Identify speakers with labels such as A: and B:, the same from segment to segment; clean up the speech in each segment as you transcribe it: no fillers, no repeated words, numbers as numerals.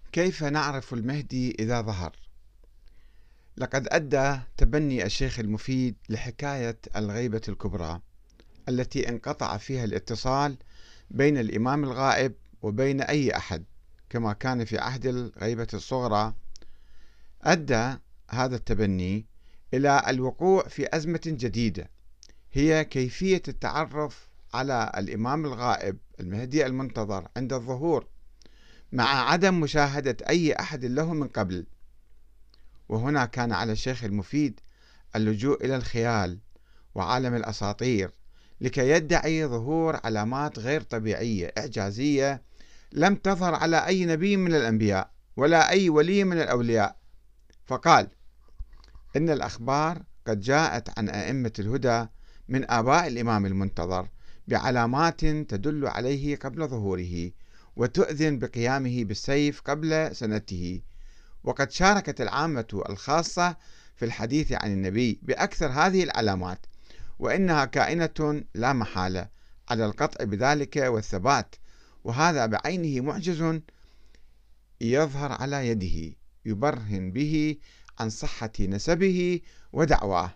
A: كيف نعرف المهدي إذا ظهر؟ لقد أدى تبني الشيخ المفيد لحكاية الغيبة الكبرى التي انقطع فيها الاتصال بين الإمام الغائب وبين أي أحد، كما كان في عهد الغيبة الصغرى. أدى هذا التبني إلى الوقوع في أزمة جديدة، هي كيفية التعرف على الإمام الغائب المهدي المنتظر عند الظهور، مع عدم مشاهدة أي أحد له من قبل. وهنا كان على الشيخ المفيد اللجوء إلى الخيال وعالم الأساطير لكي يدعي ظهور علامات غير طبيعية إعجازية لم تظهر على أي نبي من الأنبياء ولا أي ولي من الأولياء. فقال إن الأخبار قد جاءت عن أئمة الهدى من آباء الإمام المنتظر بعلامات تدل عليه قبل ظهوره وتؤذن بقيامه بالسيف قبل سنته، وقد شاركت العامة الخاصة في الحديث عن النبي بأكثر هذه العلامات، وإنها كائنة لا محالة على القطع بذلك والثبات، وهذا بعينه معجز يظهر على يده يبرهن به عن صحة نسبه ودعواه.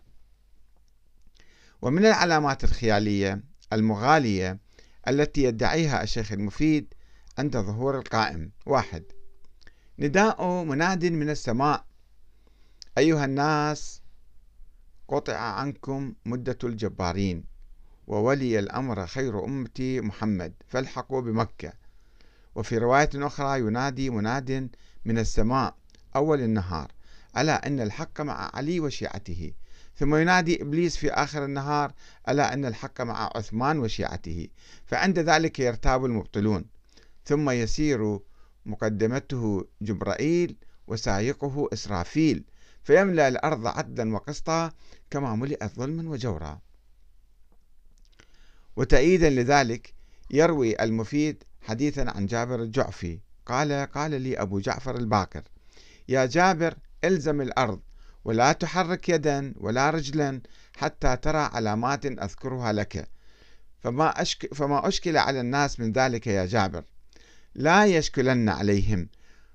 A: ومن العلامات الخيالية المغالية التي يدعيها الشيخ المفيد عند ظهور القائم: 1. نداء مناد من السماء: أيها الناس، قطع عنكم مدة الجبارين، وولي الأمر خير أمتي محمد، فالحقوا بمكة. وفي رواية أخرى ينادي مناد من السماء أول النهار: ألا إن الحق مع علي وشيعته. ثم ينادي إبليس في آخر النهار: ألا إن الحق مع عثمان وشيعته. فعند ذلك يرتاب المبطلون، ثم يسير مقدمته جبرائيل وسائقه إسرافيل، فيملأ الأرض عدلا وقسطا كما ملئت ظلما وجورا. وتأييدا لذلك يروي المفيد حديثا عن جابر الجعفي قال لي أبو جعفر الباقر: يا جابر، الزم الأرض ولا تحرك يدا ولا رجلا حتى ترى علامات أذكرها لك. فما أشكل على الناس من ذلك يا جابر، لا يشكلن عليهم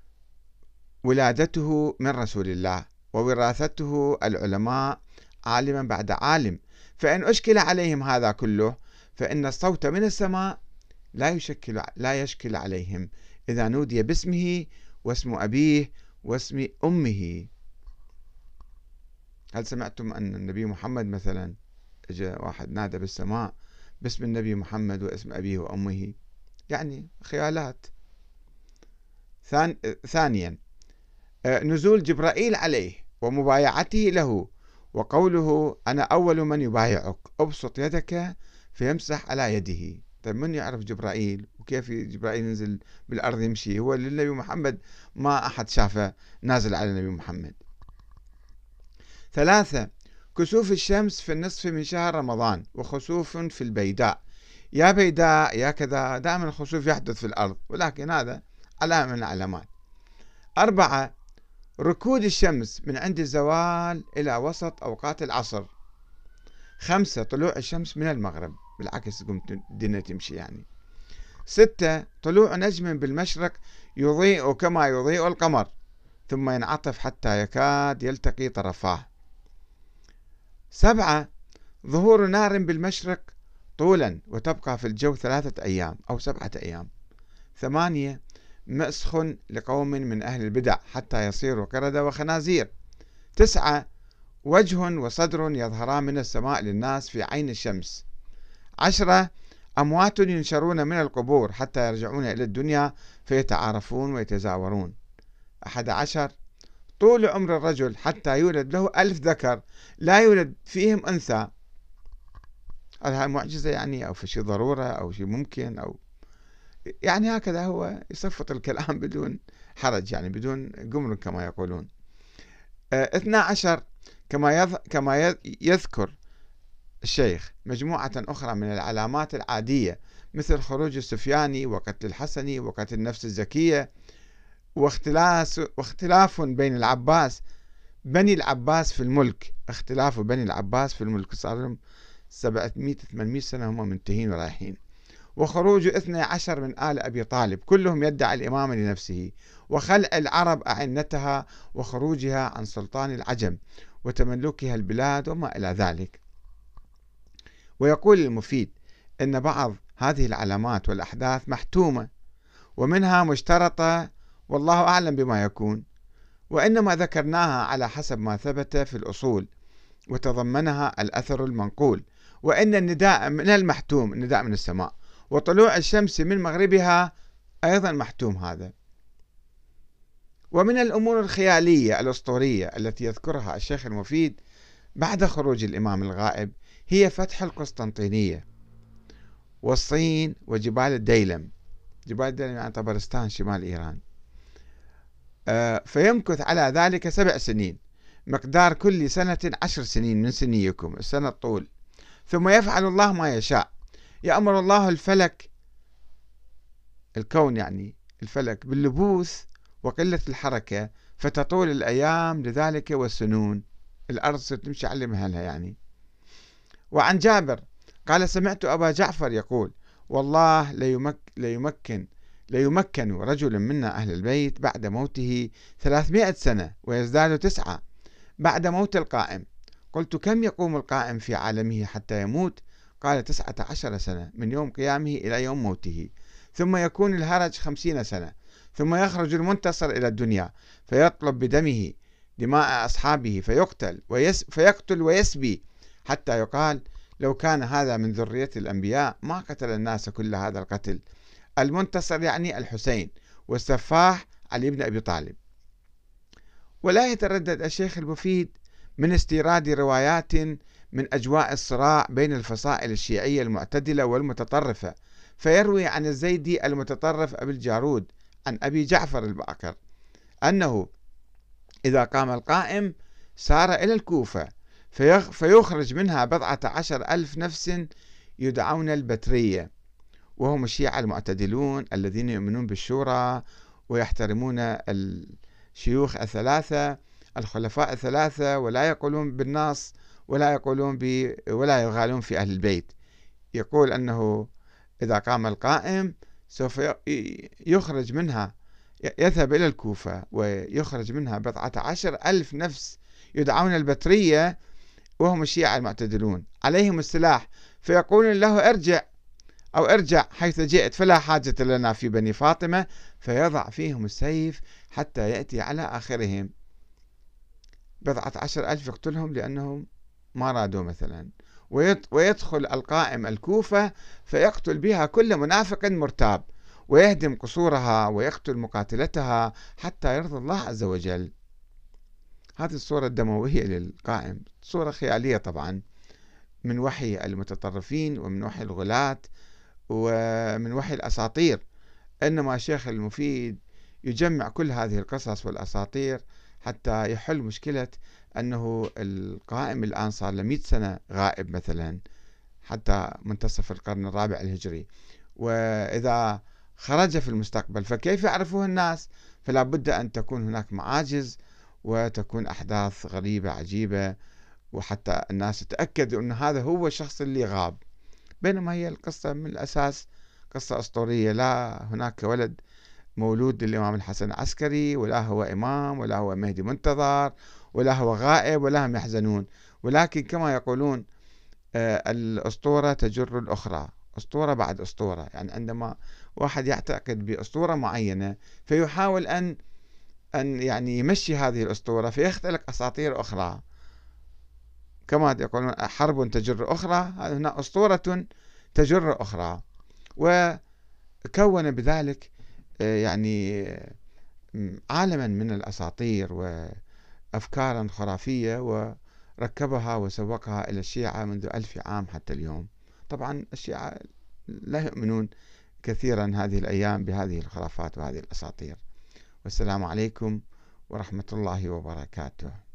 A: ولادته من رسول الله ووراثته العلماء عالما بعد عالم، فإن أشكل عليهم هذا كله فإن الصوت من السماء لا يشكل عليهم إذا نودي باسمه واسم أبيه واسم أمه. هل سمعتم أن النبي محمد مثلا جاء واحد نادى بالسماء باسم النبي محمد واسم أبيه وأمه؟ يعني خيالات. ثانيا، نزول جبرائيل عليه ومبايعته له، وقوله: أنا أول من يبايعك، أبسط يدك فيمسح على يده. طيب من يعرف جبرائيل؟ وكيف جبرائيل ينزل بالأرض يمشي؟ هو للنبي محمد ما أحد شافه نازل على النبي محمد. 3. كسوف الشمس في النصف من شهر رمضان وخسوف في البيداء. يا بيداء يا كذا، دائما الخسوف يحدث في الأرض، ولكن هذا علامة من العلامات. 4. ركود الشمس من عند الزوال إلى وسط أوقات العصر. 5. طلوع الشمس من المغرب، بالعكس قمت الدنيا تمشي يعني. 6. طلوع نجم بالمشرق يضيء كما يضيء القمر ثم ينعطف حتى يكاد يلتقي طرفاه. 7. ظهور نار بالمشرق طولا وتبقى في الجو 3 أيام أو 7 أيام. 8. مسخ لقوم من أهل البدع حتى يصيروا قردة وخنازير. 9. وجه وصدر يظهران من السماء للناس في عين الشمس. 10. أموات ينشرون من القبور حتى يرجعون إلى الدنيا فيتعارفون ويتزاورون. 11. طول عمر الرجل حتى يولد له 1000 ذكر لا يولد فيهم أنثى. هذا معجزة يعني، أو في شيء ضرورة أو شيء ممكن، أو يعني هكذا هو يصفط الكلام بدون حرج، يعني بدون جمرك كما يقولون. 12. كما يذكر الشيخ مجموعة أخرى من العلامات العادية مثل خروج السفياني وقتل الحسني وقتل النفس الزكية، واختلاف بين بني العباس في الملك. اختلاف بني العباس في الملك، صار لهم 700-800 سنة هم منتهين ورايحين. وخروج 12 من آل أبي طالب كلهم يدعي الإمامة لنفسه، وخلع العرب أعنتها وخروجها عن سلطان العجم وتملكها البلاد وما إلى ذلك. ويقول المفيد إن بعض هذه العلامات والأحداث محتومة ومنها مشترطة والله أعلم بما يكون، وإنما ذكرناها على حسب ما ثبت في الأصول وتضمنها الأثر المنقول، وإن النداء من المحتوم، النداء من السماء، وطلوع الشمس من مغربها أيضا محتوم هذا. ومن الأمور الخيالية الأسطورية التي يذكرها الشيخ المفيد بعد خروج الإمام الغائب هي فتح القسطنطينية والصين وجبال الديلم. جبال الديلم يعني طبرستان شمال إيران. فيمكث على ذلك 7 سنين، مقدار كل سنة 10 سنين من سنيكم، السنة الطول. ثم يفعل الله ما يشاء، يأمر الله الفلك، الكون يعني الفلك، باللبوث وقلة الحركة فتطول الأيام لذلك والسنون، الأرض تمشي على مهلها يعني. وعن جابر قال: سمعت أبا جعفر يقول: والله ليمكن رجل منا أهل البيت بعد موته 300 سنة ويزداد 9 بعد موت القائم. قلت: كم يقوم القائم في عالمه حتى يموت؟ قال: 19 سنة من يوم قيامه إلى يوم موته، ثم يكون الهرج 50 سنة، ثم يخرج المنتصر إلى الدنيا فيطلب بدمه دماء أصحابه فيقتل ويسبي، حتى يقال: لو كان هذا من ذرية الأنبياء ما قتل الناس كل هذا القتل. المنتصر يعني الحسين، والسفاح علي بن أبي طالب. ولا يتردد الشيخ المفيد من استيراد روايات من أجواء الصراع بين الفصائل الشيعية المعتدلة والمتطرفة، فيروي عن الزيدي المتطرف أبي الجارود عن أبي جعفر الباقر أنه إذا قام القائم سار إلى الكوفة فيخرج منها 14,000 نفس يدعون البترية، وهم الشيعة المعتدلون الذين يؤمنون بالشورى ويحترمون الشيوخ الثلاثة الخلفاء الثلاثة، ولا يقولون بالنص ولا يغالون في أهل البيت. يقول أنه إذا قام القائم سوف يخرج منها، يذهب إلى الكوفة ويخرج منها 14,000 نفس يدعون البترية وهم الشيعة المعتدلون عليهم السلاح، فيقولون له: ارجع حيث جئت، فلا حاجة لنا في بني فاطمة، فيضع فيهم السيف حتى يأتي على آخرهم. 14,000 يقتلهم لأنهم ما رادوا مثلا، ويدخل القائم الكوفة فيقتل بها كل منافق مرتاب ويهدم قصورها ويقتل مقاتلتها حتى يرضى الله عز وجل. هذه الصورة الدموية للقائم صورة خيالية طبعا من وحي المتطرفين ومن وحي الغلاة ومن وحي الأساطير، إنما الشيخ المفيد يجمع كل هذه القصص والأساطير حتى يحل مشكلة أنه القائم الآن صار له 100 سنة غائب مثلا حتى منتصف القرن الرابع الهجري، وإذا خرج في المستقبل فكيف يعرفه الناس؟ فلا بد أن تكون هناك معاجز وتكون أحداث غريبة عجيبة، وحتى الناس تتأكدوا أن هذا هو الشخص اللي غاب، بينما هي القصة من الأساس قصة أسطورية. لا هناك ولد مولود للإمام الحسن العسكري، ولا هو إمام، ولا هو مهدي منتظر، ولا هو غائب، ولا هم يحزنون. ولكن كما يقولون الأسطورة تجر الأخرى، أسطورة بعد أسطورة. يعني عندما واحد يعتقد بأسطورة معينة فيحاول أن يعني يمشي هذه الأسطورة فيختلق أساطير أخرى، كما يقولون حرب تجر أخرى، هنا أسطورة تجر أخرى. وكون بذلك يعني عالما من الأساطير وأفكارا خرافية وركبها وسوقها إلى الشيعة منذ 1000 عام حتى اليوم. طبعا الشيعة لا يؤمنون كثيرا هذه الأيام بهذه الخرافات وهذه الأساطير. والسلام عليكم ورحمة الله وبركاته.